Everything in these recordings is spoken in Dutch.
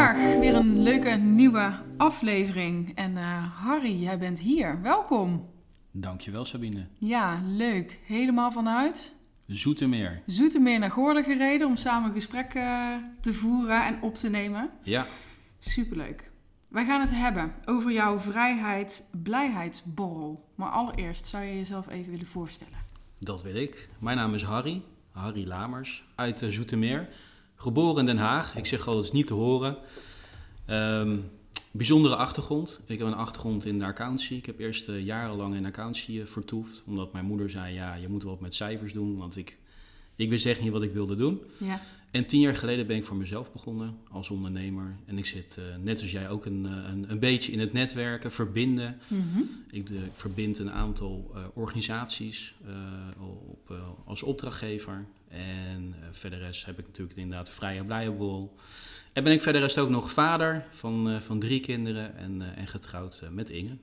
Vandaag weer een leuke nieuwe aflevering. En Harry, jij bent hier. Welkom. Dankjewel Sabine. Ja, leuk. Helemaal vanuit Zoetermeer naar Goorlen gereden om samen gesprekken te voeren en op te nemen. Ja. Superleuk. Wij gaan het hebben over jouw vrijheid-blijheidsborrel. Maar allereerst zou je jezelf even willen voorstellen. Dat wil ik. Mijn naam is Harry Lamers, uit Zoetermeer. Geboren in Den Haag. Ik zeg al, dat is niet te horen. Bijzondere achtergrond. Ik heb een achtergrond in de accountancy. Ik heb eerst jarenlang in de accountancy vertoefd. Omdat mijn moeder zei, ja, je moet wat met cijfers doen. Want ik wist echt niet wat ik wilde doen. Ja. En 10 jaar geleden ben ik voor mezelf begonnen als ondernemer. En ik zit, net als jij, ook een beetje in het netwerken, verbinden. Mm-hmm. Ik verbind een aantal organisaties als opdrachtgever. En verder rest heb ik natuurlijk inderdaad de Vrije Blijenborrel. En ben ik verder rest ook nog vader van 3 kinderen en getrouwd met Inge.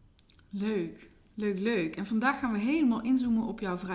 Leuk. En vandaag gaan we helemaal inzoomen op jouw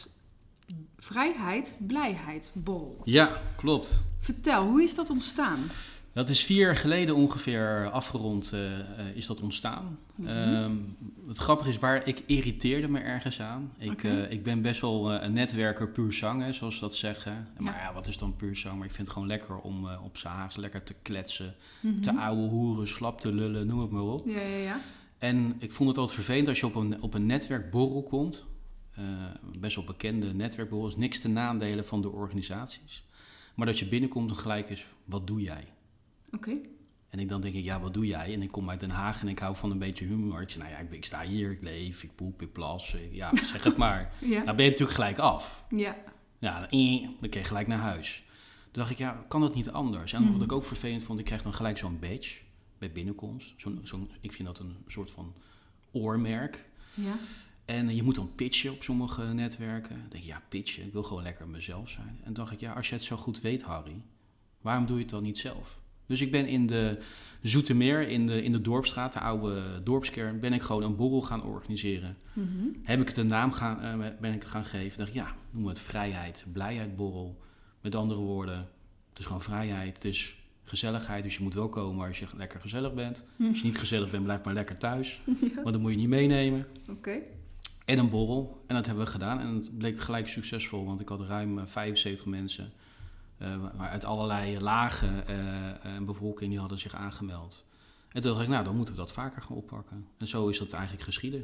vrijheid-blijheidsborrel. Ja, klopt. Vertel, hoe is dat ontstaan? Dat is 4 jaar geleden ongeveer afgerond is dat ontstaan. Mm-hmm. Het grappige is, ik irriteerde me ergens aan. Ik ben best wel een netwerker puur zang, zoals ze dat zeggen. Ja. Maar ja, wat is dan puur zang? Maar ik vind het gewoon lekker om op z'n Haags lekker te kletsen. Mm-hmm. Te ouwe hoeren, slap te lullen, noem het maar op. Ja. En ik vond het altijd vervelend als je op een netwerkborrel komt. Best wel bekende netwerkborrels. Niks te nadelen van de organisaties. Maar dat je binnenkomt en gelijk is, wat doe jij? Oké. En dan denk ik, ja, wat doe jij? En ik kom uit Den Haag en ik hou van een beetje humortje. Nou ja, ik sta hier, ik leef, ik poep, ik plas. Ja, zeg het maar. Ja. Nou ben je natuurlijk gelijk af. Ja. Ja, dan kreeg je gelijk naar huis. Toen dacht ik, ja, kan dat niet anders? En wat ik ook vervelend vond, ik kreeg dan gelijk zo'n badge bij binnenkomst. Ik vind dat een soort van oormerk. Ja. En je moet dan pitchen op sommige netwerken. Dan denk ik, ja, pitchen, ik wil gewoon lekker mezelf zijn. En toen dacht ik, ja, als je het zo goed weet, Harry, waarom doe je het dan niet zelf? Dus ik ben in de Zoetermeer, in de Dorpsstraat, de oude dorpskern, ben ik gewoon een borrel gaan organiseren. Mm-hmm. Heb ik het een naam ben ik het gaan geven. Dacht ik, ja, noem het vrijheid-blijheidsborrel. Met andere woorden, het is gewoon vrijheid, het is gezelligheid. Dus je moet wel komen als je lekker gezellig bent. Mm. Als je niet gezellig bent, blijf maar lekker thuis. Ja. Want dan moet je niet meenemen. Oké. En een borrel. En dat hebben we gedaan. En het bleek gelijk succesvol, want ik had ruim 75 mensen uit allerlei lagen en bevolking die hadden zich aangemeld. En toen dacht ik, nou, dan moeten we dat vaker gaan oppakken. En zo is dat eigenlijk geschieden.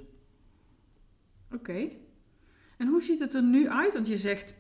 Oké. En hoe ziet het er nu uit? Want je zegt,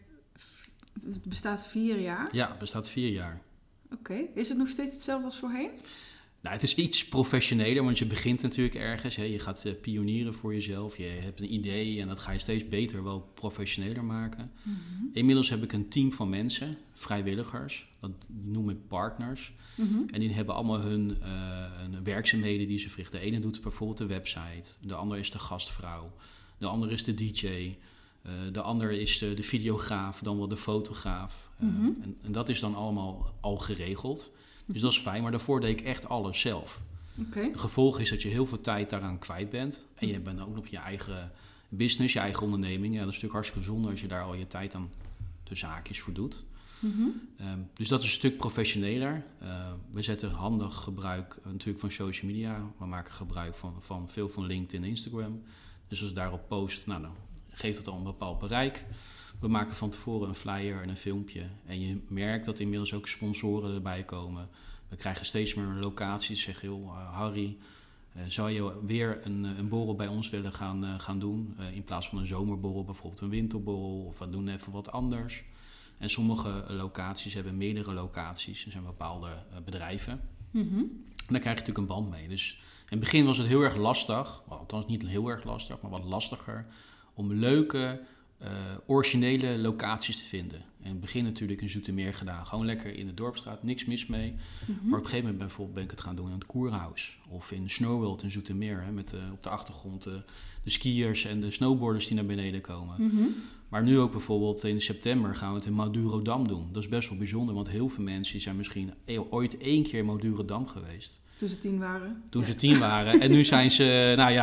het bestaat 4 jaar. Ja, het bestaat 4 jaar. Oké. Is het nog steeds hetzelfde als voorheen? Nou, het is iets professioneler, want je begint natuurlijk ergens. Hè. Je gaat pionieren voor jezelf. Je hebt een idee en dat ga je steeds beter, wel professioneler maken. Mm-hmm. Inmiddels heb ik een team van mensen, vrijwilligers. Dat noem ik partners. Mm-hmm. En die hebben allemaal hun werkzaamheden die ze verrichten. De ene doet bijvoorbeeld de website. De ander is de gastvrouw. De ander is de DJ. De ander is de videograaf, dan wel de fotograaf. Mm-hmm. En dat is dan allemaal al geregeld. Dus dat is fijn, maar daarvoor deed ik echt alles zelf. Okay. Het gevolg is dat je heel veel tijd daaraan kwijt bent. En je bent ook nog je eigen business, je eigen onderneming. Ja, dat is natuurlijk hartstikke zonde als je daar al je tijd aan tussen haakjes voor doet. Mm-hmm. Dus dat is een stuk professioneler. We zetten handig gebruik natuurlijk van social media. We maken gebruik van veel van LinkedIn en Instagram. Dus als je daarop post, nou, dan geeft het al een bepaald bereik. We maken van tevoren een flyer en een filmpje. En je merkt dat inmiddels ook sponsoren erbij komen. We krijgen steeds meer locaties. Zeggen, joh, Harry, zou je weer een borrel bij ons willen gaan doen? In plaats van een zomerborrel, bijvoorbeeld een winterborrel. Of we doen even wat anders. En sommige locaties hebben meerdere locaties. Er zijn bepaalde bedrijven. Mm-hmm. En daar krijg je natuurlijk een band mee. Dus in het begin was het heel erg lastig. Althans niet heel erg lastig, maar wat lastiger. Om leuke, originele locaties te vinden. En in het begin natuurlijk in Zoetermeer gedaan. Gewoon lekker in de Dorpsstraat, niks mis mee. Mm-hmm. Maar op een gegeven moment bijvoorbeeld ben ik het gaan doen in het Koerhuis. Of in Snowworld in Zoetermeer. Hè, met op de achtergrond de skiers en de snowboarders die naar beneden komen. Mm-hmm. Maar nu ook bijvoorbeeld in september gaan we het in Madurodam doen. Dat is best wel bijzonder, want heel veel mensen zijn misschien ooit 1 keer in Madurodam geweest. Toen ze 10 waren. Ze 10 waren. En nu zijn ze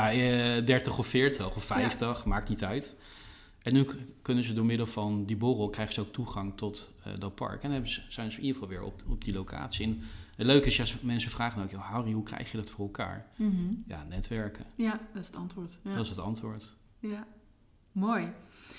30 of 40 of 50, maakt niet uit. En nu kunnen ze door middel van die borrel, krijgen ze ook toegang tot dat park. En dan zijn ze in ieder geval weer op die locatie. En Het leuke is, als mensen vragen dan ook, Harry, hoe krijg je dat voor elkaar? Mm-hmm. Ja, netwerken. Ja, dat is het antwoord. Ja. Dat is het antwoord. Ja, mooi.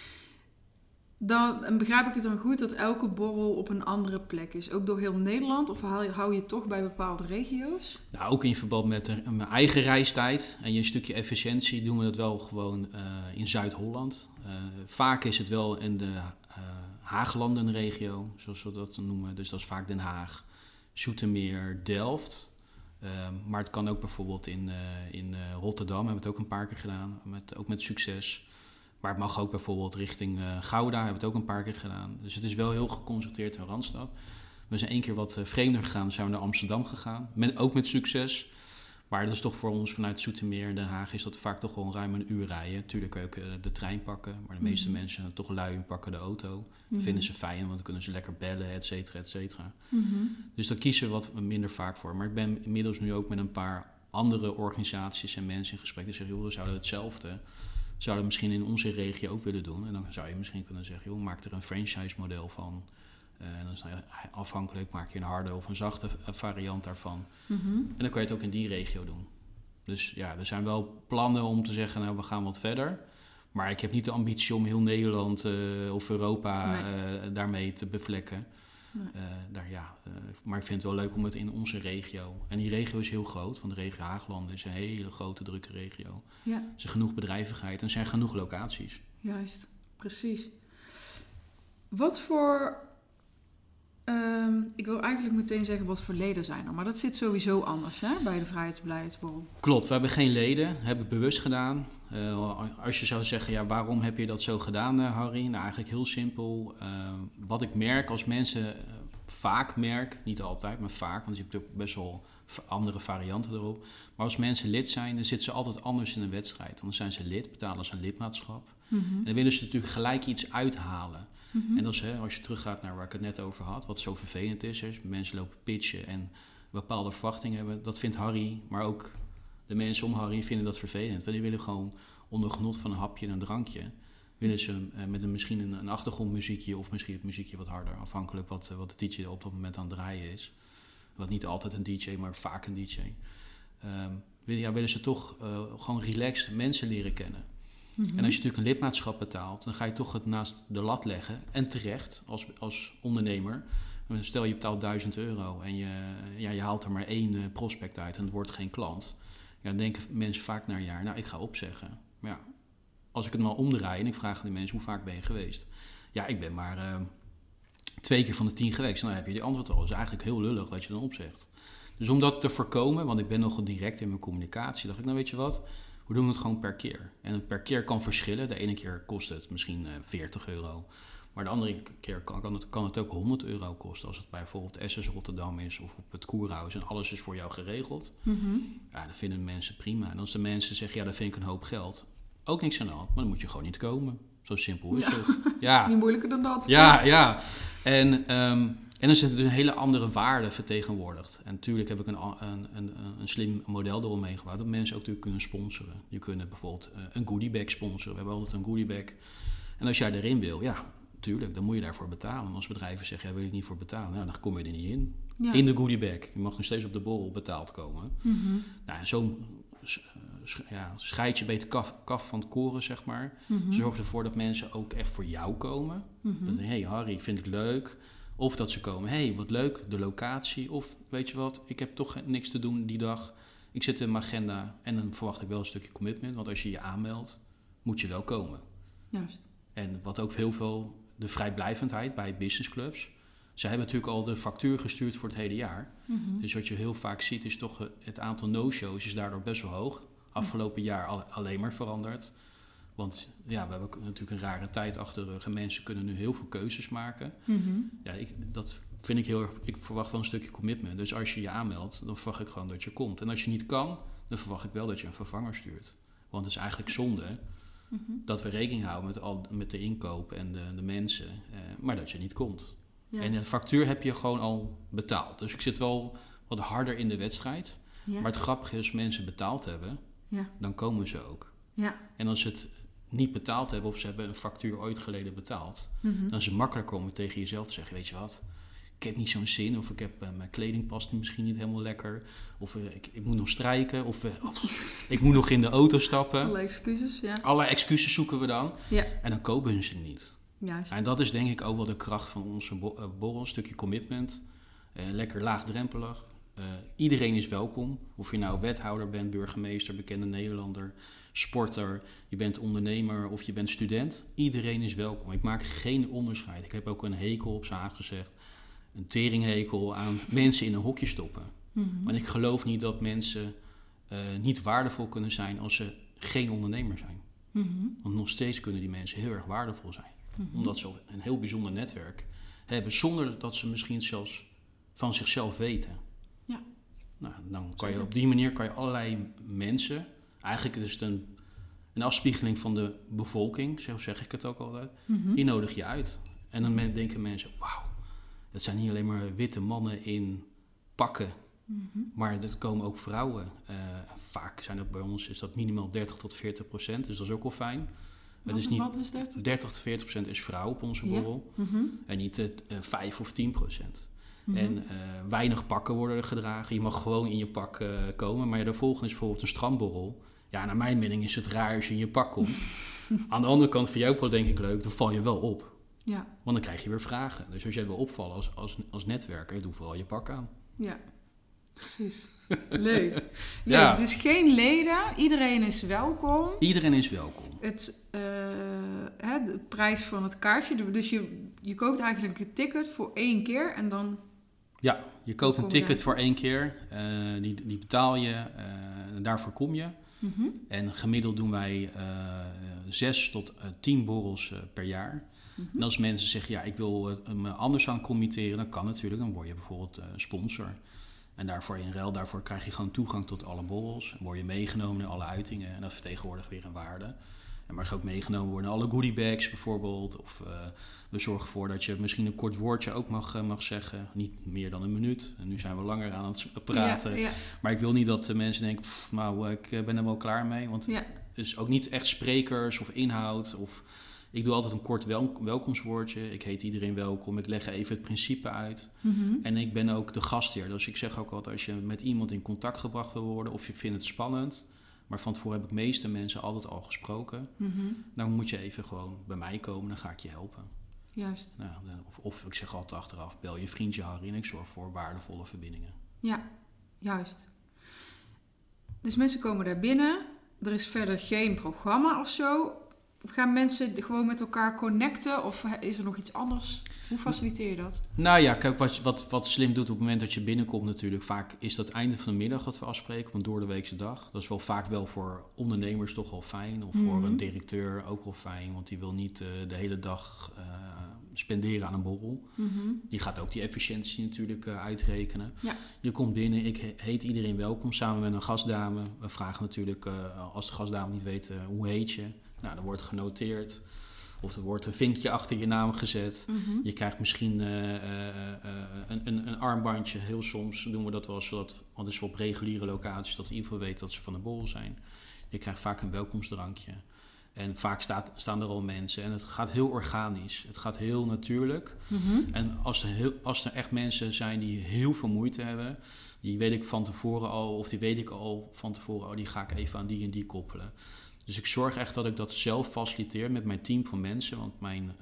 Dan begrijp ik het dan goed dat elke borrel op een andere plek is? Ook door heel Nederland? Of hou je het toch bij bepaalde regio's? Nou, ook in verband met mijn eigen reistijd en je stukje efficiëntie doen we dat wel gewoon in Zuid-Holland. Vaak is het wel in de Haaglandenregio, zoals we dat noemen. Dus dat is vaak Den Haag, Zoetermeer, Delft. Maar het kan ook bijvoorbeeld in Rotterdam, hebben we het ook een paar keer gedaan, ook met succes. Maar het mag ook bijvoorbeeld richting Gouda, hebben we het ook een paar keer gedaan. Dus het is wel heel geconcentreerd in Randstad. We zijn 1 keer wat vreemder gegaan, zijn we naar Amsterdam gegaan. Ook met succes. Maar dat is toch voor ons vanuit Zoetermeer en Den Haag is dat vaak toch gewoon ruim een uur rijden. Tuurlijk kun je ook de trein pakken, maar de meeste mensen zijn toch lui en pakken de auto. Dat vinden ze fijn, want dan kunnen ze lekker bellen, et cetera, et cetera. Dus daar kiezen we wat minder vaak voor. Maar ik ben inmiddels nu ook met een paar andere organisaties en mensen in gesprek die zeggen, joh, we zouden hetzelfde misschien in onze regio ook willen doen. En dan zou je misschien kunnen zeggen, joh, maak er een franchise model van. En dan is het afhankelijk, maak je een harde of een zachte variant daarvan. En dan kan je het ook in die regio doen. Dus ja, er zijn wel plannen om te zeggen, nou, we gaan wat verder. Maar ik heb niet de ambitie om heel Nederland of Europa daarmee te bevlekken. Maar ik vind het wel leuk om het in onze regio. En die regio is heel groot, want de regio Haaglanden is een hele grote, drukke regio. Ja. Er is genoeg bedrijvigheid en er zijn genoeg locaties. Juist, precies. Wat voor... ik wil eigenlijk meteen zeggen wat voor leden zijn er. Maar dat zit sowieso anders, hè, bij de Vrijheids-Blijheidsborrel. Klopt, we hebben geen leden. Heb ik bewust gedaan. Als je zou zeggen, ja, waarom heb je dat zo gedaan, Harry? Nou, eigenlijk heel simpel. Wat ik merk als mensen vaak merk, niet altijd, maar vaak, want je hebt ook best wel andere varianten erop. Maar als mensen lid zijn, dan zitten ze altijd anders in een wedstrijd. Dan zijn ze lid, betalen ze een lidmaatschap. En dan willen ze natuurlijk gelijk iets uithalen. En dat is, als je teruggaat naar waar ik het net over had, wat zo vervelend is. Mensen lopen pitchen en bepaalde verwachtingen hebben. Dat vindt Harry, maar ook de mensen om Harry vinden dat vervelend. Want die willen gewoon onder genot van een hapje en een drankje, willen ze met misschien een achtergrondmuziekje of misschien het muziekje wat harder, afhankelijk wat de DJ op dat moment aan het draaien is. Wat niet altijd een DJ, maar vaak een DJ. Willen ze toch gewoon relaxed mensen leren kennen. En als je natuurlijk een lidmaatschap betaalt, dan ga je toch het naast de lat leggen. En terecht, als ondernemer. Stel je betaalt €1000 en je haalt er maar 1 prospect uit en het wordt geen klant. Ja, dan denken mensen vaak na een jaar, nou, ik ga opzeggen. Maar ja, als ik het maar omdraai en ik vraag aan die mensen, hoe vaak ben je geweest? Ja, ik ben maar 2 keer van de 10 geweest. Nou, dan heb je die antwoord al. Dat is eigenlijk heel lullig dat je dan opzegt. Dus om dat te voorkomen, want ik ben nogal direct in mijn communicatie, dacht ik, nou, weet je wat? We doen het gewoon per keer. En per keer kan verschillen. De ene keer kost het misschien €40. Maar de andere keer kan het ook €100 kosten. Als het bijvoorbeeld SS Rotterdam is of op het Koerhuis en alles is voor jou geregeld. Ja, dat vinden mensen prima. En als de mensen zeggen, ja, dat vind ik een hoop geld. Ook niks aan de hand, maar dan moet je gewoon niet komen. Zo simpel is het. Ja. Niet moeilijker dan dat. Ja. En dan is het dus een hele andere waarde vertegenwoordigd. En natuurlijk heb ik een slim model eromheen gebouwd, dat mensen ook natuurlijk kunnen sponsoren. Je kunt bijvoorbeeld een goodiebag sponsoren. We hebben altijd een goodiebag. En als jij erin wil, ja, natuurlijk, dan moet je daarvoor betalen. En als bedrijven zeggen, ja, wil ik niet voor betalen, nou, dan kom je er niet in. Ja. In de goodiebag. Je mag nog steeds op de borrel betaald komen. Nou, en zo scheid je beter kaf van het koren, zeg maar. Zorg ervoor dat mensen ook echt voor jou komen. Dat hey, Harry, vind ik leuk. Of dat ze komen, hey, wat leuk, de locatie. Of, weet je wat, ik heb toch niks te doen die dag. Ik zet in mijn agenda en dan verwacht ik wel een stukje commitment. Want als je je aanmeldt, moet je wel komen. Juist. En wat ook heel veel, de vrijblijvendheid bij businessclubs. Ze hebben natuurlijk al de factuur gestuurd voor het hele jaar. Dus wat je heel vaak ziet is toch het aantal no-shows is daardoor best wel hoog. Afgelopen jaar alleen maar veranderd. Want ja, we hebben natuurlijk een rare tijd achter de rug. En mensen kunnen nu heel veel keuzes maken. Ja, dat vind ik heel erg. Ik verwacht wel een stukje commitment. Dus als je je aanmeldt, dan verwacht ik gewoon dat je komt. En als je niet kan, dan verwacht ik wel dat je een vervanger stuurt. Want het is eigenlijk zonde dat we rekening houden met de inkoop en de mensen. Maar dat je niet komt. Ja. En de factuur heb je gewoon al betaald. Dus ik zit wel wat harder in de wedstrijd. Ja. Maar het grappige is, als mensen betaald hebben, dan komen ze ook. Ja. En als ze het niet betaald hebben of ze hebben een factuur ooit geleden betaald, dan is het makkelijker om tegen jezelf te zeggen, weet je wat, ik heb niet zo'n zin. Of ik heb mijn kleding past misschien niet helemaal lekker. Of ik moet nog strijken. Of ik moet nog in de auto stappen. Allerlei excuses, ja. Allerlei excuses zoeken we dan. Ja. En dan kopen ze niet. Juist. En dat is denk ik ook wel de kracht van onze borrel. Een stukje commitment. Lekker laagdrempelig. Iedereen is welkom. Of je nou wethouder bent, burgemeester, bekende Nederlander, sporter, je bent ondernemer of je bent student. Iedereen is welkom. Ik maak geen onderscheid. Ik heb ook een hekel op z'n Haag gezegd. Een teringhekel aan mensen in een hokje stoppen. Mm-hmm. Want ik geloof niet dat mensen niet waardevol kunnen zijn als ze geen ondernemer zijn. Mm-hmm. Want nog steeds kunnen die mensen heel erg waardevol zijn. Mm-hmm. Omdat ze een heel bijzonder netwerk hebben, zonder dat ze misschien zelfs van zichzelf weten. Ja. Nou, dan kan je op die manier allerlei mensen, eigenlijk is het een afspiegeling van de bevolking, zo zeg ik het ook altijd, Mm-hmm. die nodig je uit. En dan denken mensen, wauw, het zijn niet alleen maar witte mannen in pakken, Mm-hmm. maar er komen ook vrouwen. Vaak zijn dat bij ons, is dat minimaal 30% tot 40%, dus dat is ook wel fijn. Het is niet, wat is 30 tot 40% is vrouw op onze borrel. Ja. Mm-hmm. En niet 5 of 10%. Mm-hmm. En weinig pakken worden er gedragen. Je mag gewoon in je pak komen. Maar de volgende is bijvoorbeeld een strandborrel. Ja, naar mijn mening is het raar als je in je pak komt. Aan de andere kant vind jij ook wel denk ik leuk. Dan val je wel op. Ja. Want dan krijg je weer vragen. Dus als jij wil opvallen als netwerker, doe vooral je pak aan. Ja. Precies. Leuk. Leuk. Ja. Dus geen leden. Iedereen is welkom. Iedereen is welkom. De prijs van het kaartje. Dus je koopt eigenlijk een ticket voor 1 keer en dan... Ja, je koopt een Kom je ticket daar. voor 1 keer. Die betaal je. Daarvoor kom je. Mm-hmm. En gemiddeld doen wij 6 tot 10 borrels per jaar. Mm-hmm. En als mensen zeggen, ja, ik wil me anders aan committeren, dan kan natuurlijk. Dan word je bijvoorbeeld sponsor. En daarvoor krijg je gewoon toegang tot alle borrels. Dan word je meegenomen in alle uitingen. En dat vertegenwoordigt weer een waarde. En mag je ook meegenomen worden in alle goodiebags bijvoorbeeld. Of we zorgen ervoor dat je misschien een kort woordje ook mag zeggen. Niet meer dan 1 minuut. En nu zijn we langer aan het praten. Ja. Maar ik wil niet dat de mensen denken, ik ben er wel klaar mee. Want Ja. het is ook niet echt sprekers of inhoud. Ik doe altijd een kort welkomstwoordje. Ik heet iedereen welkom. Ik leg even het principe uit. Mm-hmm. En ik ben ook de gastheer. Dus ik zeg ook altijd, als je met iemand in contact gebracht wil worden of je vindt het spannend, maar van tevoren heb ik de meeste mensen altijd al gesproken, Mm-hmm. dan moet je even gewoon bij mij komen, dan ga ik je helpen. Juist. Nou, of ik zeg altijd achteraf, bel je vriendje Harry en ik zorg voor waardevolle verbindingen. Ja, juist. Dus mensen komen daar binnen. Er is verder geen programma of zo. Gaan mensen gewoon met elkaar connecten of is er nog iets anders? Hoe faciliteer je dat? Nou ja, kijk, wat slim doet op het moment dat je binnenkomt natuurlijk. Vaak is dat einde van de middag dat we afspreken op een doordeweekse dag. Dat is wel vaak wel voor ondernemers toch wel fijn. Of voor een directeur ook wel fijn. Want die wil niet de hele dag spenderen aan een borrel. Mm-hmm. Die gaat ook die efficiëntie natuurlijk uitrekenen. Ja. Je komt binnen, ik heet iedereen welkom samen met een gastdame. We vragen natuurlijk, als de gastdame niet weet hoe heet je. Nou, dan wordt genoteerd. Of er wordt een vinkje achter je naam gezet. Mm-hmm. Je krijgt misschien een armbandje. Heel soms doen we dat wel, want het is op reguliere locaties, dat in ieder geval weet dat ze van de borrel zijn. Je krijgt vaak een welkomstdrankje. En vaak staan er al mensen. En het gaat heel organisch. Het gaat heel natuurlijk. Mm-hmm. En als er echt mensen zijn die heel veel moeite hebben, die weet ik van tevoren al, of die weet ik al van tevoren, die ga ik even aan die en die koppelen. Dus ik zorg echt dat ik dat zelf faciliteer met mijn team van mensen. Want mijn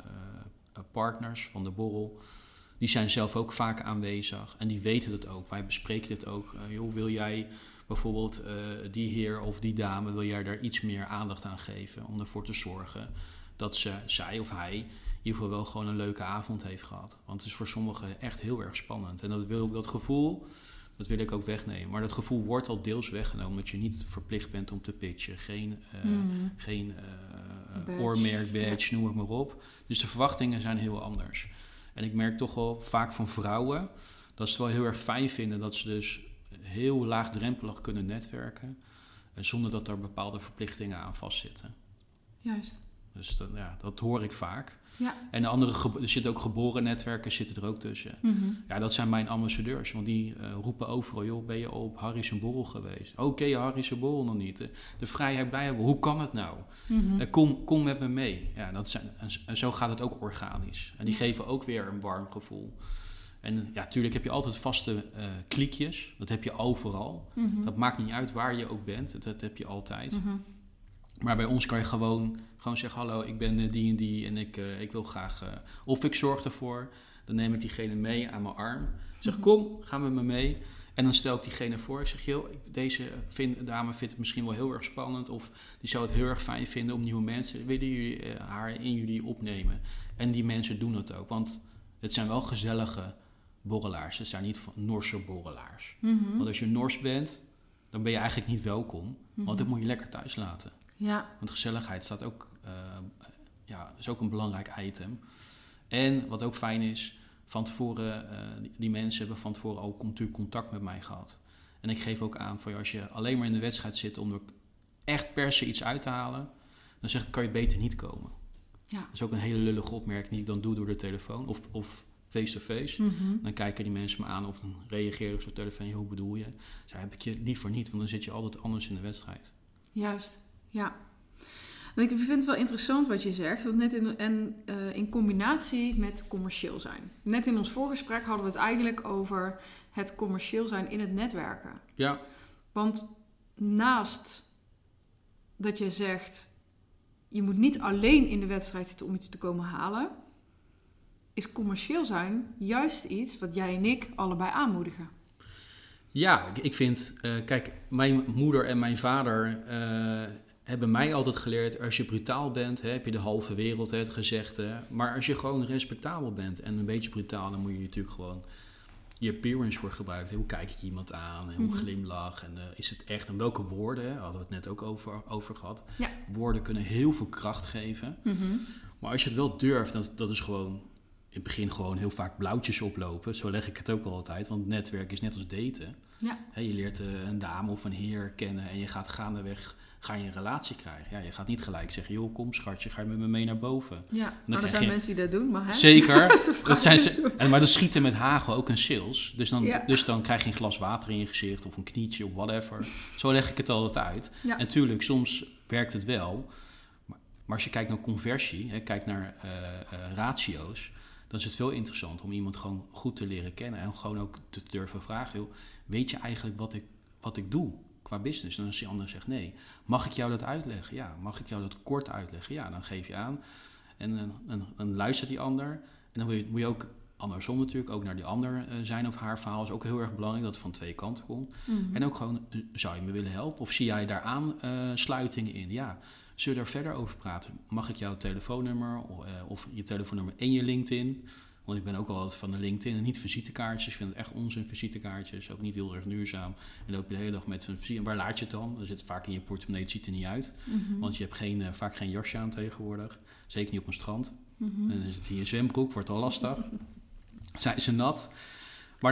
partners van de borrel, die zijn zelf ook vaak aanwezig. En die weten het ook. Wij bespreken dit ook. Wil jij bijvoorbeeld die heer of die dame, wil jij daar iets meer aandacht aan geven? Om ervoor te zorgen dat zij of hij in ieder geval wel gewoon een leuke avond heeft gehad. Want het is voor sommigen echt heel erg spannend. En dat gevoel, dat wil ik ook wegnemen. Maar dat gevoel wordt al deels weggenomen, dat je niet verplicht bent om te pitchen. Geen oormerk, badge, noem het maar op. Dus de verwachtingen zijn heel anders. En ik merk toch wel vaak van vrouwen dat ze het wel heel erg fijn vinden dat ze dus heel laagdrempelig kunnen netwerken, zonder dat er bepaalde verplichtingen aan vastzitten. Juist. Dus dat hoor ik vaak. Ja. En er zitten ook geboren netwerken zitten er ook tussen. Mm-hmm. Ja, dat zijn mijn ambassadeurs. Want die roepen overal, joh, ben je al op Harry's Borrel geweest? Oh, ken je Harry's Borrel nog niet? De vrijheid blijven, hoe kan het nou? Mm-hmm. Kom met me mee. Ja, en zo gaat het ook organisch. En die geven ook weer een warm gevoel. En ja, natuurlijk heb je altijd vaste kliekjes. Dat heb je overal. Dat maakt niet uit waar je ook bent. Dat heb je altijd. Maar bij ons kan je gewoon zeggen... hallo, ik ben die en die en ik wil graag... of ik zorg ervoor. Dan neem ik diegene mee aan mijn arm. Ik zeg, kom, ga met me mee. En dan stel ik diegene voor. Ik zeg, joh, deze dame vindt het misschien wel heel erg spannend... of die zou het heel erg fijn vinden om nieuwe mensen... willen jullie haar in jullie opnemen? En die mensen doen het ook. Want het zijn wel gezellige borrelaars. Het zijn niet Norse borrelaars. Want als je Nors bent, dan ben je eigenlijk niet welkom. Want dat moet je lekker thuis laten. Ja. Want gezelligheid staat ook, is ook een belangrijk item. En wat ook fijn is, van tevoren, die mensen hebben van tevoren ook natuurlijk contact met mij gehad. En ik geef ook aan, als je alleen maar in de wedstrijd zit om er echt per se iets uit te halen, dan zeg ik, kan je beter niet komen. Ja. Dat is ook een hele lullige opmerking die ik dan doe door de telefoon of face-to-face. Dan kijken die mensen me aan of dan reageren ze op de telefoon, hoe bedoel je? Dus heb ik je liever niet, want dan zit je altijd anders in de wedstrijd. Juist, ja. Ik vind het wel interessant wat je zegt, want net in combinatie met commercieel zijn. Net in ons voorgesprek hadden we het eigenlijk over het commercieel zijn in het netwerken. Ja. Want naast dat je zegt, je moet niet alleen in de wedstrijd zitten om iets te komen halen, is commercieel zijn juist iets wat jij en ik allebei aanmoedigen. Ja, ik vind, kijk, mijn moeder en mijn vader hebben mij altijd geleerd, als je brutaal bent, heb je de halve wereld, het gezegde. Maar als je gewoon respectabel bent en een beetje brutaal, dan moet je natuurlijk gewoon je appearance voor gebruiken. Hoe kijk ik iemand aan, hoe glimlach en is het echt, en welke woorden, hadden we het net ook over gehad. Ja. Woorden kunnen heel veel kracht geven. Maar als je het wel durft, dat is gewoon in het begin gewoon heel vaak blauwtjes oplopen. Zo leg ik het ook altijd, want netwerk is net als daten. Ja. Je leert een dame of een heer kennen en je gaat gaandeweg ga je een relatie krijgen. Ja, je gaat niet gelijk zeggen, joh, kom schatje, ga je met me mee naar boven. Ja, maar er zijn mensen die dat doen, maar hè? Zeker. Dat zijn maar dan schieten met hagel ook een sales. Dus dan krijg je een glas water in je gezicht of een knietje of whatever. Zo leg ik het altijd uit. Ja. En tuurlijk, soms werkt het wel. Maar als je kijkt naar conversie, kijkt naar ratio's, dan is het veel interessant om iemand gewoon goed te leren kennen en gewoon ook te durven vragen, joh, weet je eigenlijk wat ik doe qua business? En als die ander zegt nee, mag ik jou dat uitleggen? Ja. Mag ik jou dat kort uitleggen? Ja, dan geef je aan. En dan luistert die ander. En dan moet je ook andersom natuurlijk, ook naar die ander zijn of haar verhaal is ook heel erg belangrijk, dat het van twee kanten komt. En ook gewoon, zou je me willen helpen? Of zie jij daar aansluitingen in? Ja. Zullen we daar verder over praten? Mag ik jouw telefoonnummer of je telefoonnummer en je LinkedIn? Want ik ben ook altijd van de LinkedIn en niet visitekaartjes. Ik vind het echt onzin, visitekaartjes. Ook niet heel erg duurzaam. En dan loop je de hele dag met een visite. En waar laat je het dan? Dat zit vaak in je portemonnee, het ziet er niet uit. Want je hebt vaak geen jasje aan tegenwoordig. Zeker niet op een strand. En dan zit hier een zwembroek, wordt al lastig. Zijn ze nat. Maar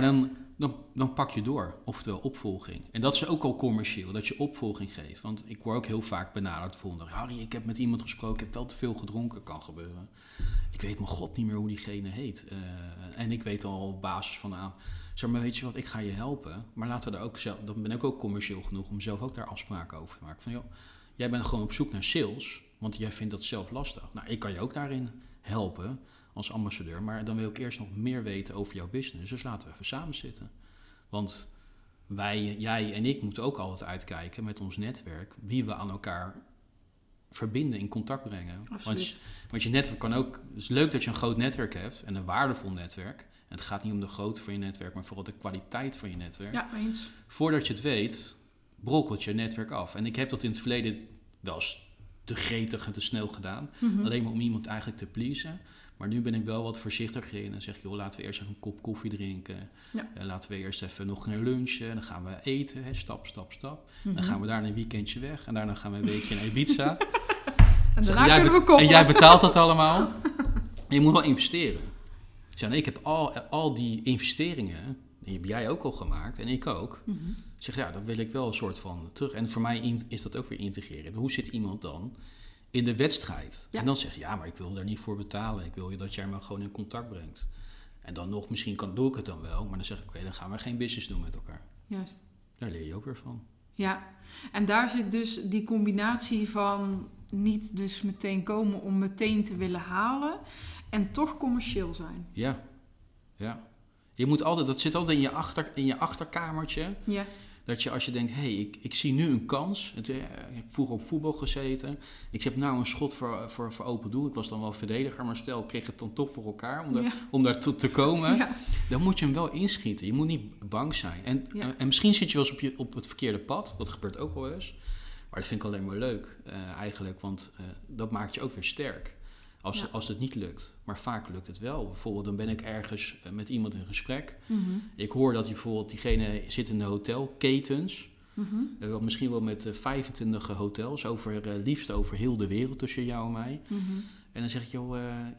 dan pak je door, oftewel opvolging. En dat is ook al commercieel, dat je opvolging geeft. Want ik word ook heel vaak benaderd de volgende dag. Harry, ik heb met iemand gesproken, ik heb wel te veel gedronken, kan gebeuren. Ik weet mijn god niet meer hoe diegene heet. En ik weet al op basis van aan. Zeg maar, weet je wat, ik ga je helpen. Maar laten we daar ook zelf, dan ben ik ook commercieel genoeg om zelf ook daar afspraken over te maken. Van joh, jij bent gewoon op zoek naar sales, want jij vindt dat zelf lastig. Nou, ik kan je ook daarin helpen als ambassadeur, maar dan wil ik eerst nog meer weten over jouw business. Dus laten we even samen zitten. Want jij en ik moeten ook altijd uitkijken met ons netwerk wie we aan elkaar verbinden, in contact brengen. Want je netwerk kan ook, het is leuk dat je een groot netwerk hebt en een waardevol netwerk. En het gaat niet om de grootte van je netwerk, maar vooral de kwaliteit van je netwerk. Ja, eens. Voordat je het weet, brokkelt je netwerk af. En ik heb dat in het verleden wel eens te gretig en te snel gedaan. Alleen maar om iemand eigenlijk te pleasen. Maar nu ben ik wel wat voorzichtiger in. En zeg ik, joh, laten we eerst even een kop koffie drinken. Ja. Laten we eerst even nog gaan lunchen. Dan gaan we eten, stap. Dan gaan we daar een weekendje weg. En daarna gaan we een weekje naar Ibiza. En daarna kunnen we koppelen. En jij betaalt dat allemaal. En je moet wel investeren. Ik heb al die investeringen, die heb jij ook al gemaakt en ik ook. Ik zeg, ja, dan wil ik wel een soort van terug. En voor mij is dat ook weer integreren. Hoe zit iemand dan in de wedstrijd? Ja. En dan zeg je, ja, maar ik wil daar niet voor betalen. Ik wil je dat jij me gewoon in contact brengt. En dan nog, misschien doe ik het dan wel. Maar dan zeg ik, oké, dan gaan we geen business doen met elkaar. Juist. Daar leer je ook weer van. Ja, en daar zit dus die combinatie van niet dus meteen komen om meteen te willen halen en toch commercieel zijn. Ja. Je moet altijd, dat zit altijd in je achterkamertje. Ja. Dat je als je denkt, ik zie nu een kans. Ik heb vroeger op voetbal gezeten. Ik heb nou een schot voor open doel. Ik was dan wel verdediger, maar stel, ik kreeg het dan toch voor elkaar om daar te komen. Ja. Dan moet je hem wel inschieten. Je moet niet bang zijn. En misschien zit je wel eens op het verkeerde pad. Dat gebeurt ook wel eens. Maar dat vind ik alleen maar leuk eigenlijk. Want dat maakt je ook weer sterk. Als het niet lukt. Maar vaak lukt het wel. Bijvoorbeeld dan ben ik ergens met iemand in gesprek. Mm-hmm. Ik hoor dat bijvoorbeeld diegene zit in de hotelketens. Mm-hmm. Misschien wel met 25 hotels. Liefst over heel de wereld tussen jou en mij. Mm-hmm. En dan zeg ik, joh,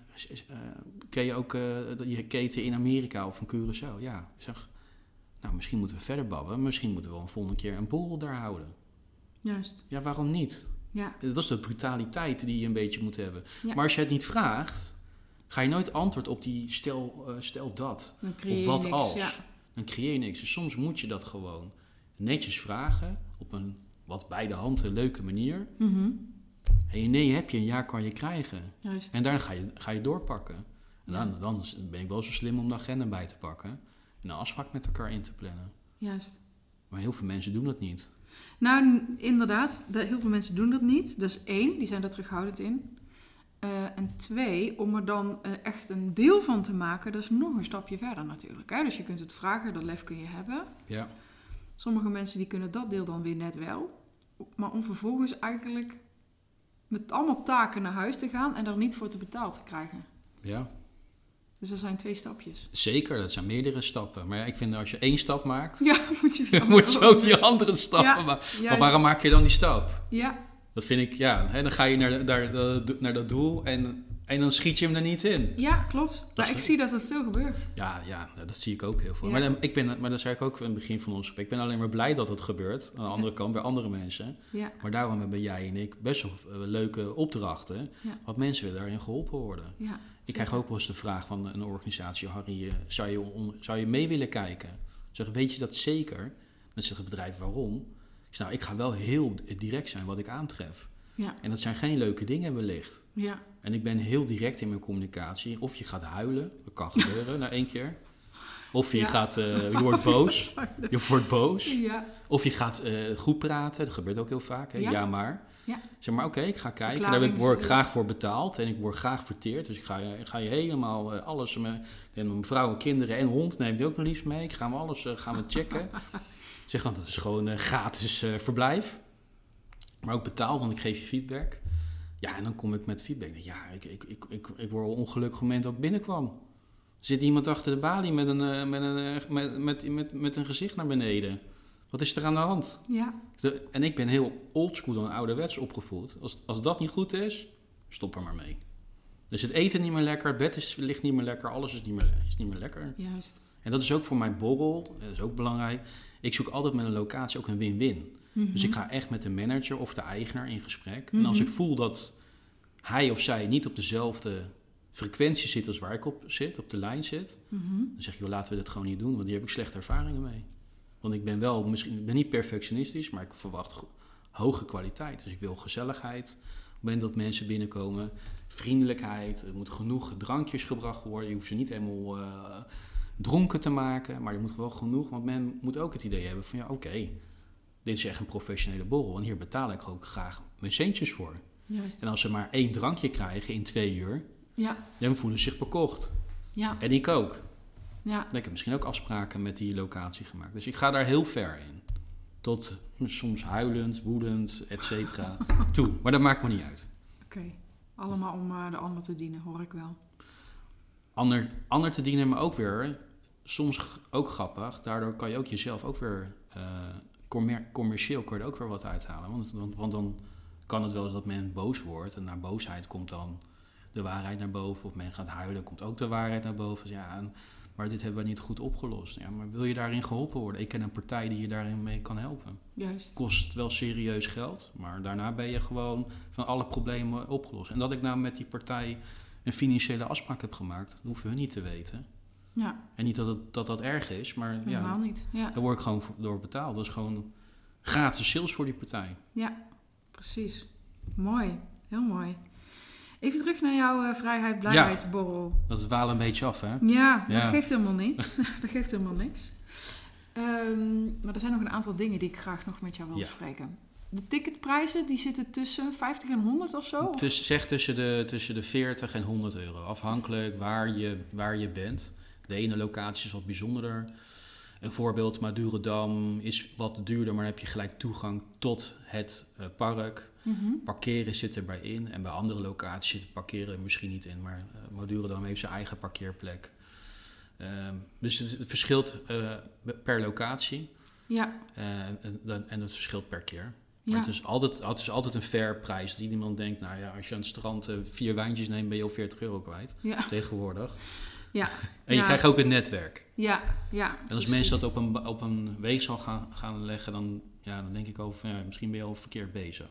ken je ook je keten in Amerika of in Curaçao? Ja, ik zeg, nou misschien moeten we verder babbelen. Misschien moeten we wel een volgende keer een borrel daar houden. Juist. Ja, waarom niet? Ja. Dat is de brutaliteit die je een beetje moet hebben. Ja. Maar als je het niet vraagt, ga je nooit antwoord op die stel dat. Dan creëer of wat niks, als. Ja. Dan creëer je niks. Dus soms moet je dat gewoon netjes vragen op een wat bij de hand leuke manier. Mm-hmm. En nee heb je, een ja kan je krijgen. Juist. En daarna ga je doorpakken. En dan ben ik wel zo slim om de agenda bij te pakken. En een afspraak met elkaar in te plannen. Juist. Maar heel veel mensen doen dat niet. Nou, inderdaad. Heel veel mensen doen dat niet. Dat is 1, die zijn daar terughoudend in. En 2, om er dan echt een deel van te maken, dat is nog een stapje verder natuurlijk. Hè? Dus je kunt het vragen, dat lef kun je hebben. Ja. Sommige mensen die kunnen dat deel dan weer net wel. Maar om vervolgens eigenlijk met allemaal taken naar huis te gaan en daar niet voor te betaald te krijgen. Ja. Dus er zijn 2 stapjes. Zeker, dat zijn meerdere stappen. Maar ja, ik vind dat als je 1 stap maakt, moet je moet je ook die andere stappen maken. Maar waarom maak je dan die stap? Ja. Dat vind ik, hè, dan ga je naar dat doel en dan schiet je hem er niet in. Ja, klopt. Maar ik zie dat het veel gebeurt. Ja, dat zie ik ook heel veel. Ja. Maar dat zei ik ook in het begin van ons gesprek. Ik ben alleen maar blij dat het gebeurt. Aan de andere kant, bij andere mensen. Ja. Maar daarom hebben jij en ik best wel leuke opdrachten. Ja. Want mensen willen daarin geholpen worden. Ja, ik krijg ook wel eens de vraag van een organisatie. Harry, zou je mee willen kijken? Ik zeg, weet je dat zeker? Dan zegt het bedrijf, waarom? Ik zeg, ik ga wel heel direct zijn wat ik aantref. Ja. En dat zijn geen leuke dingen wellicht. Ja. En ik ben heel direct in mijn communicatie. Of je gaat huilen, dat kan gebeuren na 1 keer. Of je je wordt boos. Je wordt boos. Ja. Of je gaat goed praten, dat gebeurt ook heel vaak. Hè? Ja, maar. Ja. Zeg maar, oké, ik ga kijken. Daar word ik graag voor betaald en ik word graag verteerd. Dus ik ga je helemaal alles... mijn vrouw en kinderen en hond neem die ook nog liefst mee. Ik ga alles gaan we checken. Zeg dan, dat is gewoon gratis verblijf. Maar ook betaald, want ik geef je feedback. Ja, en dan kom ik met feedback. Ja, ik word ongelukkig op het moment dat ik binnenkwam. Er zit iemand achter de balie met een gezicht naar beneden. Wat is er aan de hand? Ja. En ik ben heel oldschool en ouderwets opgevoed. Als dat niet goed is, stop er maar mee. Dus het eten niet meer lekker, het bed ligt niet meer lekker, alles is niet meer lekker. Juist. En dat is ook voor mijn borrel, dat is ook belangrijk. Ik zoek altijd met een locatie ook een win-win. Mm-hmm. Dus ik ga echt met de manager of de eigenaar in gesprek. Mm-hmm. En als ik voel dat hij of zij niet op dezelfde frequentie zit als waar ik op zit, op de lijn zit, mm-hmm. dan zeg ik, joh, laten we dat gewoon niet doen, want hier heb ik slechte ervaringen mee. Want ik ben niet perfectionistisch, maar ik verwacht hoge kwaliteit. Dus ik wil gezelligheid. Op het moment dat mensen binnenkomen, vriendelijkheid, er moet genoeg drankjes gebracht worden. Je hoeft ze niet helemaal dronken te maken, maar er moet wel genoeg, want men moet ook het idee hebben van, ja, oké, dit is echt een professionele borrel en hier betaal ik ook graag mijn centjes voor. Juist. En als ze maar 1 drankje krijgen in 2 uur, dan voelen ze zich bekocht. Ja. En ik ook. Ja. Ik heb misschien ook afspraken met die locatie gemaakt. Dus ik ga daar heel ver in. Tot soms huilend, woedend, et cetera, toe. Maar dat maakt me niet uit. Oké. Allemaal om de ander te dienen, hoor ik wel. Ander te dienen, maar ook weer, soms ook grappig. Daardoor kan je ook jezelf ook weer, commercieel kan je er ook weer wat uithalen. Want dan kan het wel eens dat men boos wordt. En naar boosheid komt dan de waarheid naar boven. Of men gaat huilen, komt ook de waarheid naar boven. Ja, maar dit hebben we niet goed opgelost. Ja, maar wil je daarin geholpen worden? Ik ken een partij die je daarin mee kan helpen. Juist. Kost wel serieus geld, maar daarna ben je gewoon van alle problemen opgelost. En dat ik nou met die partij een financiële afspraak heb gemaakt, dat hoeven hun niet te weten. Ja. En niet dat erg is, maar helemaal niet. Ja. Daar word ik gewoon door betaald. Dat is gewoon gratis sales voor die partij. Ja, precies. Mooi. Heel mooi. Even terug naar jouw vrijheid, blijheid borrel. Dat dwalen een beetje af, hè? Ja, dat geeft helemaal niet. Dat geeft helemaal niks. Maar er zijn nog een aantal dingen die ik graag nog met jou wil bespreken. De ticketprijzen die zitten tussen 50 en 100 of zo? Zeg tussen de 40 en 100 euro. Afhankelijk waar je bent. De ene locatie is wat bijzonderder. Een voorbeeld, Madurodam is wat duurder, maar dan heb je gelijk toegang tot het park. Mm-hmm. Parkeren zit erbij in. En bij andere locaties zit parkeren misschien niet in. Maar Madurodam heeft zijn eigen parkeerplek. Dus het verschilt per locatie. Ja. En het verschilt per keer. Maar het is altijd een fair prijs. Die iemand denkt, nou ja, als je aan het strand 4 wijntjes neemt, ben je al 40 euro kwijt. Ja. Tegenwoordig. Ja. En je krijgt ook het netwerk. Ja. En als mensen dat op een weegschaal gaan leggen, dan denk ik over, misschien ben je al verkeerd bezig.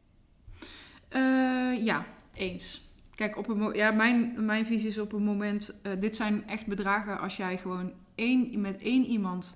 Ja, eens. Kijk, mijn visie is op een moment, dit zijn echt bedragen als jij gewoon met één iemand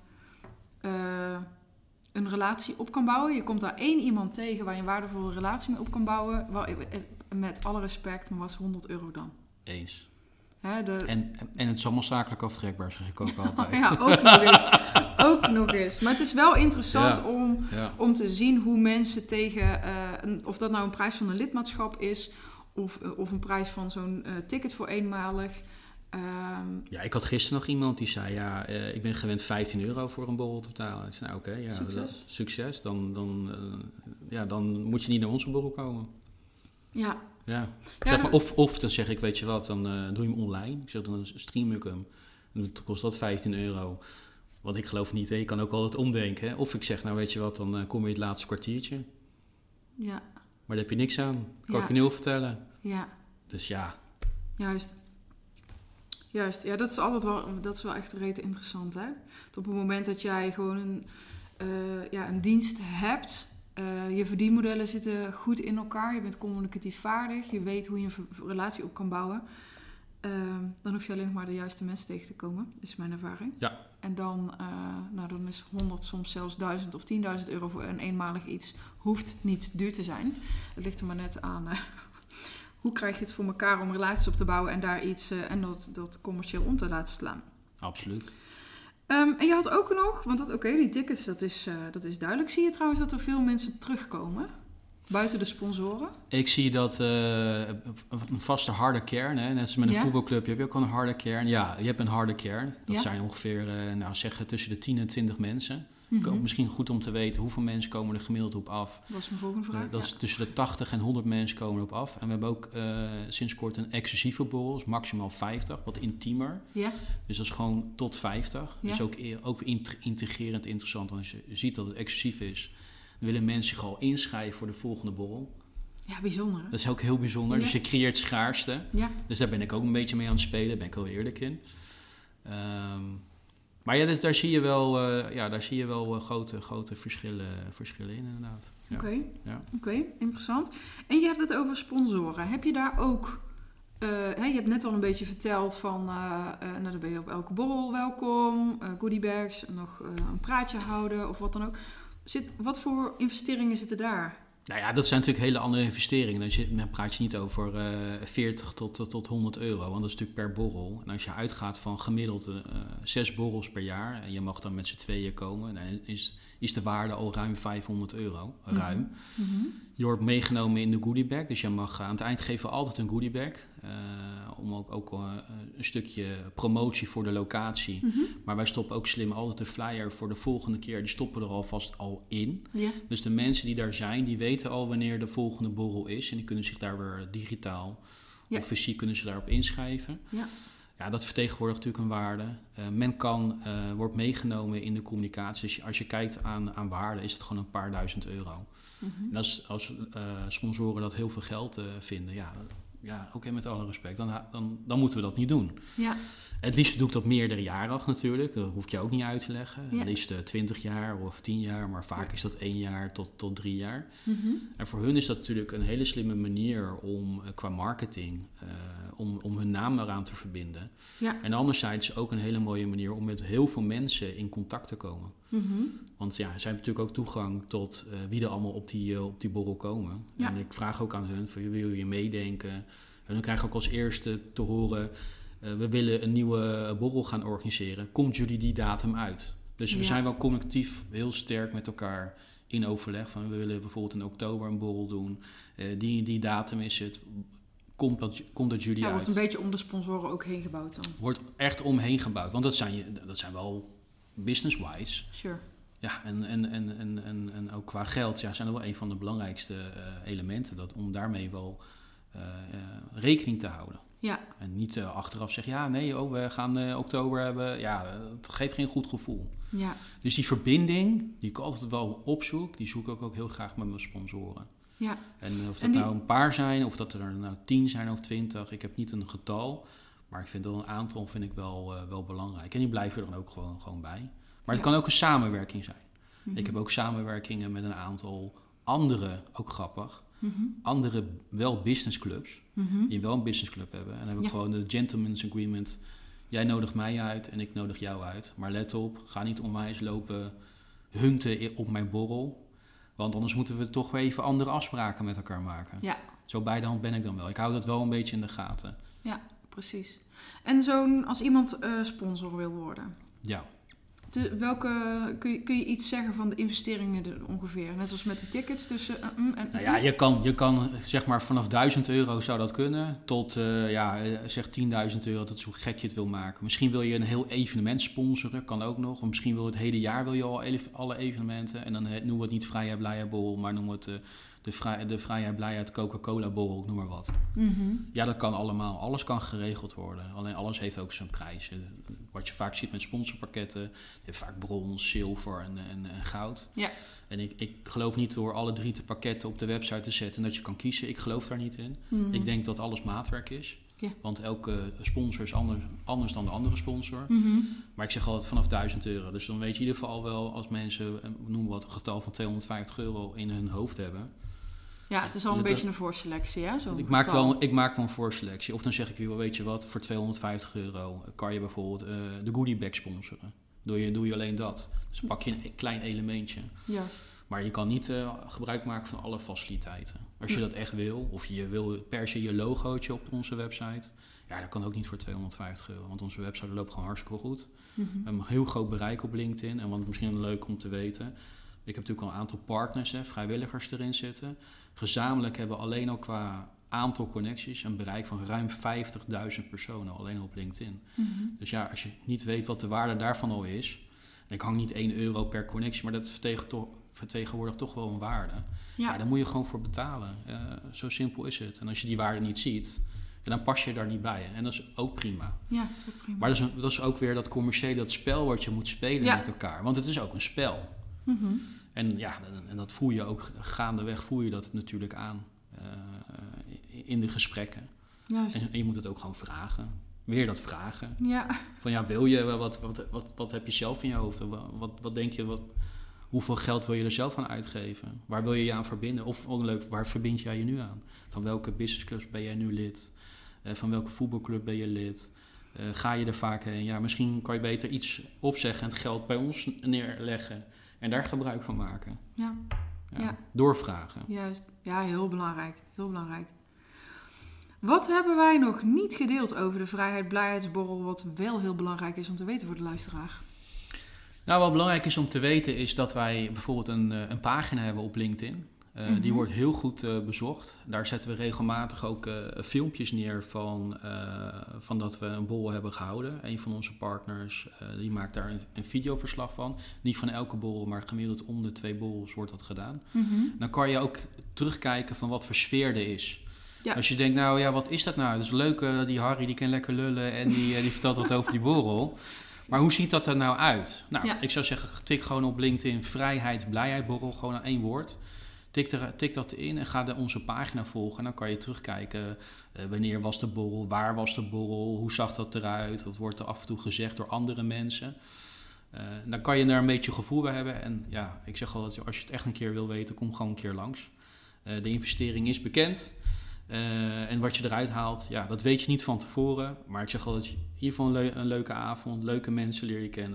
een relatie op kan bouwen. Je komt daar 1 iemand tegen waar je een waardevolle relatie mee op kan bouwen. Met alle respect, maar wat is 100 euro dan? Eens. Hè, en het is allemaal zakelijk aftrekbaar, zeg ik ook altijd. Ja, ook nog eens. Maar het is wel interessant om te zien hoe mensen tegen, of dat nou een prijs van een lidmaatschap is, of een prijs van zo'n ticket voor eenmalig. Ik had gisteren nog iemand die zei, ik ben gewend 15 euro voor een borrel te betalen. Ik zei, succes. Dan moet je niet naar onze borrel komen. Ja. Zeg maar, of dan zeg ik, weet je wat, dan doe je hem online. Ik zeg, dan stream ik hem. En dan kost dat 15 euro. Want ik geloof niet, je kan ook altijd omdenken. Hè? Of ik zeg, nou weet je wat, dan kom je het laatste kwartiertje. Ja. Maar daar heb je niks aan. Kan ik je nu vertellen. Ja. Dus ja. Juist. Ja, dat is wel echt rete interessant, hè. Op het moment dat jij gewoon een dienst hebt, je verdienmodellen zitten goed in elkaar, je bent communicatief vaardig, je weet hoe je een relatie op kan bouwen, dan hoef je alleen nog maar de juiste mensen tegen te komen, is mijn ervaring. Ja. En dan is 100, soms zelfs 1000 of 10.000 euro voor een eenmalig iets, hoeft niet duur te zijn. Het ligt er maar net aan. Hoe krijg je het voor elkaar om relaties op te bouwen en daar iets en dat commercieel om te laten slaan? Absoluut. En je had ook nog, want die tickets, dat is duidelijk. Zie je trouwens dat er veel mensen terugkomen? Buiten de sponsoren? Ik zie dat een vaste harde kern, hè, net als met een voetbalclub, heb je ook al een harde kern. Ja, je hebt een harde kern. Dat zijn ongeveer, zeggen tussen de 10 en 20 mensen. Mm-hmm. Misschien goed om te weten hoeveel mensen komen er gemiddeld op af. Dat is mijn volgende vraag. Dat is tussen de 80 en 100 mensen komen erop af. En we hebben ook sinds kort een exclusieve borrel, maximaal 50, wat intiemer. Ja. Dus dat is gewoon tot 50. Ja. Dus ook integrerend interessant. Want als je ziet dat het exclusief is, dan willen mensen zich al inschrijven voor de volgende borrel. Ja, bijzonder. Hè? Dat is ook heel bijzonder. Ja. Dus je creëert schaarste. Ja. Dus daar ben ik ook een beetje mee aan het spelen. Daar ben ik wel eerlijk in. Maar dus daar zie je wel grote verschillen in, inderdaad. Ja. Oké, interessant. En je hebt het over sponsoren. Heb je daar ook... je hebt net al een beetje verteld van... dan ben je op elke borrel welkom. Goodiebags, nog een praatje houden of wat dan ook. Wat voor investeringen zitten daar? Nou ja, dat zijn natuurlijk hele andere investeringen. Dan praat je niet over 40 tot 100 euro, want dat is natuurlijk per borrel. En als je uitgaat van gemiddeld 6 borrels per jaar, en je mag dan met z'n tweeën komen, dan is de waarde al ruim 500 euro. Ruim. Mm-hmm. Je wordt meegenomen in de goodiebag, dus je mag aan het eind geven we altijd een goodiebag. Om ook een stukje promotie voor de locatie. Mm-hmm. Maar wij stoppen ook slim altijd de flyer voor de volgende keer. Die stoppen er alvast al in. Yeah. Dus de mensen die daar zijn, die weten al wanneer de volgende borrel is. En die kunnen zich daar weer digitaal of fysiek kunnen ze daarop inschrijven. Yeah. Ja, dat vertegenwoordigt natuurlijk een waarde. Men wordt meegenomen in de communicatie. Dus als je kijkt aan waarde, is het gewoon een paar duizend euro. Mm-hmm. En als sponsoren dat heel veel geld vinden, oké, met alle respect, dan moeten we dat niet doen. Ja. Het liefst doe ik dat meerdere jaren natuurlijk. Dat hoef ik je ook niet uit te leggen. Ja. Het liefst 20 jaar of 10 jaar, maar vaak is dat 1 jaar tot 3 jaar. Mm-hmm. En voor hun is dat natuurlijk een hele slimme manier om qua marketing, om hun naam eraan te verbinden. Ja. En anderzijds ook een hele mooie manier om met heel veel mensen in contact te komen. Mm-hmm. Want zij hebben natuurlijk ook toegang tot wie er allemaal op die borrel komen. Ja. En ik vraag ook aan hun, wil je meedenken? En dan krijg je ook als eerste te horen, we willen een nieuwe borrel gaan organiseren. Komt jullie die datum uit? Dus we zijn wel collectief heel sterk met elkaar in overleg. Van we willen bijvoorbeeld in oktober een borrel doen. Die datum is het. Komt dat jullie uit? Wordt een beetje om de sponsoren ook heen gebouwd dan? Wordt echt omheen gebouwd. Want dat zijn wel business-wise. Sure. Ja, en ook qua geld zijn dat wel een van de belangrijkste elementen. Om daarmee wel rekening te houden. Ja. En niet achteraf zeggen, we gaan oktober hebben. Ja, het geeft geen goed gevoel. Ja. Dus die verbinding, die ik altijd wel opzoek, die zoek ik ook heel graag met mijn sponsoren. Ja. En of dat nou een paar zijn, of dat er nou 10 zijn of 20, ik heb niet een getal. Maar ik vind dat een aantal wel belangrijk. En die blijven er dan ook gewoon bij. Maar het kan ook een samenwerking zijn. Mm-hmm. Ik heb ook samenwerkingen met een aantal andere, ook grappig, andere wel businessclubs. Die wel een businessclub hebben. En dan heb ik gewoon de gentleman's agreement. Jij nodigt mij uit en ik nodig jou uit. Maar let op, ga niet onwijs lopen hunten op mijn borrel. Want anders moeten we toch weer even andere afspraken met elkaar maken. Ja. Zo bij de hand ben ik dan wel. Ik hou dat wel een beetje in de gaten. Ja, precies. En als iemand sponsor wil worden. Ja. Kun je iets zeggen van de investeringen ongeveer? Net zoals met de tickets tussen je kan zeg maar vanaf €1.000 zou dat kunnen. Tot zeg €10.000, dat is hoe gek je het wil maken. Misschien wil je een heel evenement sponsoren, kan ook nog. Of misschien wil je het hele jaar wil je al alle evenementen. En dan noemen we het niet Vrijheid Blijheid Borrel, maar noemen we het de Vrijheid Blijheid Coca-Cola Borrel, noem maar wat. Mm-hmm. Ja, dat kan allemaal. Alles kan geregeld worden. Alleen alles heeft ook zijn prijs. Wat je vaak ziet met sponsorpakketten, je hebt vaak brons, zilver en goud. Ja. En ik geloof niet door alle 3 de pakketten op de website te zetten dat je kan kiezen. Ik geloof daar niet in. Mm-hmm. Ik denk dat alles maatwerk is. Ja. Want elke sponsor is anders dan de andere sponsor. Mm-hmm. Maar ik zeg altijd vanaf €1.000. Dus dan weet je in ieder geval wel als mensen, noem wat, een getal van €250 in hun hoofd hebben. Ja, het is al een beetje een voorselectie, hè? Ik maak wel een voorselectie. Of dan zeg ik, weet je wat, voor €250 kan je bijvoorbeeld de goodie bag sponsoren. Doe je alleen dat. Dus pak je een klein elementje. Juist. Maar je kan niet gebruik maken van alle faciliteiten. Als je dat echt wil, of je wil per se je logootje op onze website. Ja, dat kan ook niet voor €250. Want onze website loopt gewoon hartstikke goed. Mm-hmm. We hebben een heel groot bereik op LinkedIn. En wat misschien leuk om te weten. Ik heb natuurlijk al een aantal partners, vrijwilligers erin zitten. Gezamenlijk hebben we alleen al qua aantal connecties een bereik van ruim 50.000 personen alleen op LinkedIn. Mm-hmm. Dus ja, als je niet weet wat de waarde daarvan al is. En ik hang niet €1 per connectie, maar dat vertegenwoordigt toch wel een waarde. Ja. Ja, daar moet je gewoon voor betalen. Zo simpel is het. En als je die waarde niet ziet, dan pas je daar niet bij. En dat is ook prima. Ja, dat is ook prima. Maar dat is ook weer dat commerciële, dat spel wat je moet spelen met elkaar. Want het is ook een spel. Mm-hmm. En ja, en dat voel je ook gaandeweg, voel je dat natuurlijk aan in de gesprekken. Juist. En je moet het ook gewoon vragen. Weer dat vragen. Ja. Van wil je, wat heb je zelf in je hoofd? Wat denk je, hoeveel geld wil je er zelf aan uitgeven? Waar wil je je aan verbinden? Of ook leuk, waar verbind jij je nu aan? Van welke businessclubs ben jij nu lid? Van welke voetbalclub ben je lid? Ga je er vaak heen? Ja, misschien kan je beter iets opzeggen en het geld bij ons neerleggen. En daar gebruik van maken. Ja. Doorvragen. Juist. Ja, heel belangrijk. Heel belangrijk. Wat hebben wij nog niet gedeeld over de Vrijheid Blijheidsborrel, wat wel heel belangrijk is om te weten voor de luisteraar? Nou, wat belangrijk is om te weten is dat wij bijvoorbeeld een pagina hebben op LinkedIn. Die wordt heel goed bezocht. Daar zetten we regelmatig ook filmpjes neer van dat we een borrel hebben gehouden. Een van onze partners die maakt daar een videoverslag van. Niet van elke borrel, maar gemiddeld om de 2 borrels wordt dat gedaan. Mm-hmm. Dan kan je ook terugkijken van wat voor sfeer er is. Ja. Als je denkt, wat is dat nou? Dat is leuk, die Harry die kan lekker lullen en die vertelt wat over die borrel. Maar hoe ziet dat er nou uit? Nou, ik zou zeggen, tik gewoon op LinkedIn Vrijheid Blijheid Borrel, gewoon aan 1 woord. Tik dat in en ga onze pagina volgen. En dan kan je terugkijken, wanneer was de borrel, waar was de borrel, hoe zag dat eruit, wat wordt er af en toe gezegd door andere mensen. Dan kan je daar een beetje gevoel bij hebben. En ja, ik zeg altijd, als je het echt een keer wil weten, kom gewoon een keer langs. De investering is bekend. En wat je eruit haalt, dat weet je niet van tevoren. Maar ik zeg altijd, in ieder geval een leuke avond, leuke mensen leer je kennen.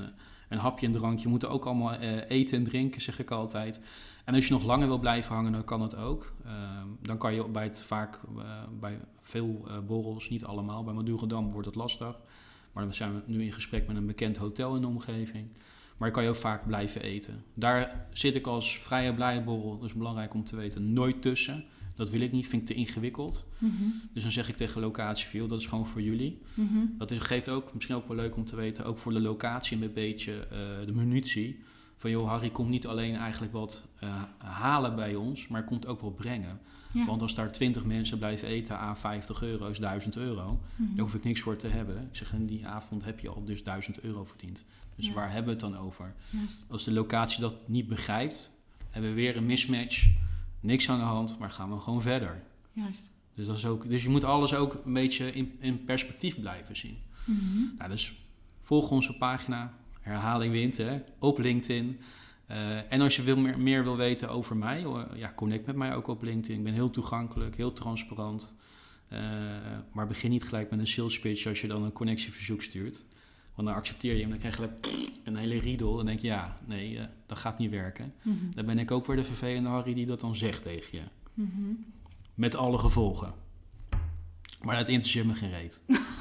een hapje en drankje. Moeten ook allemaal eten en drinken, zeg ik altijd. En als je nog langer wil blijven hangen, dan kan dat ook. Dan kan je bij veel borrels, niet allemaal. Bij Madurodam wordt het lastig. Maar dan zijn we nu in gesprek met een bekend hotel in de omgeving. Maar je kan je ook vaak blijven eten. Daar zit ik als vrije blijborrel, dat is belangrijk om te weten, nooit tussen. Dat wil ik niet, vind ik te ingewikkeld. Mm-hmm. Dus dan zeg ik tegen locatie, dat is gewoon voor jullie. Mm-hmm. Dat geeft ook, misschien ook wel leuk om te weten, ook voor de locatie een beetje de munitie. Van joh, Harry komt niet alleen eigenlijk wat halen bij ons, maar komt ook wel brengen. Ja. Want als daar 20 mensen blijven eten aan €50 is €1000. Mm-hmm. Daar hoef ik niks voor te hebben. Ik zeg, in die avond heb je al dus €1000 verdiend. Dus waar hebben we het dan over? Juist. Als de locatie dat niet begrijpt, hebben we weer een mismatch. Niks aan de hand, maar gaan we gewoon verder. Juist. Dus, dat is ook, dus je moet alles ook een beetje in perspectief blijven zien. Mm-hmm. Nou, dus volg onze pagina, Herhaling Wint, op LinkedIn. En als je meer wil weten over mij, connect met mij ook op LinkedIn. Ik ben heel toegankelijk, heel transparant. Maar begin niet gelijk met een sales pitch als je dan een connectieverzoek stuurt. Want dan accepteer je hem, dan krijg je een hele riedel. Dan denk je, dat gaat niet werken. Mm-hmm. Dan ben ik ook weer de vervelende Harry die dat dan zegt tegen je. Mm-hmm. Met alle gevolgen. Maar dat interesseert me geen reet.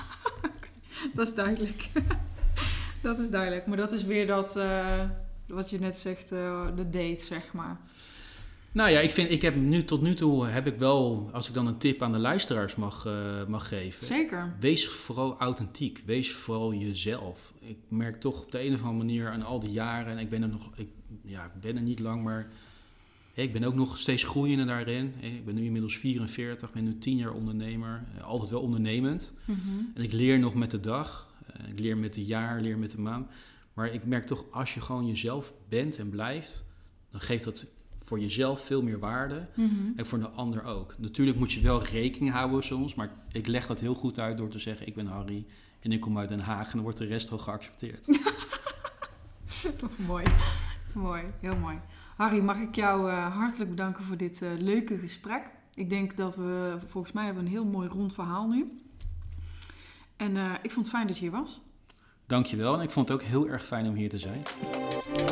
Dat is duidelijk. Dat is duidelijk. Maar dat is weer dat, wat je net zegt, de date, zeg maar. Nou ja, ik heb tot nu toe heb ik wel, als ik dan een tip aan de luisteraars mag geven. Zeker. Wees vooral authentiek. Wees vooral jezelf. Ik merk toch op de een of andere manier aan al die jaren, en ik ben er niet lang, maar ik ben ook nog steeds groeiende daarin. Ik ben nu inmiddels 44, ben nu 10 jaar ondernemer. Altijd wel ondernemend. Mm-hmm. En ik leer nog met de dag. Ik leer met de jaar, leer met de maand. Maar ik merk toch, als je gewoon jezelf bent en blijft, dan geeft dat voor jezelf veel meer waarde. Mm-hmm. En voor de ander ook. Natuurlijk moet je wel rekening houden soms, maar ik leg dat heel goed uit door te zeggen, ik ben Harry en ik kom uit Den Haag en dan wordt de rest wel geaccepteerd. Mooi. Mooi, heel mooi. Harry, mag ik jou hartelijk bedanken voor dit leuke gesprek. Ik denk dat we, volgens mij hebben een heel mooi rond verhaal nu. En ik vond het fijn dat je hier was. Dankjewel en ik vond het ook heel erg fijn om hier te zijn.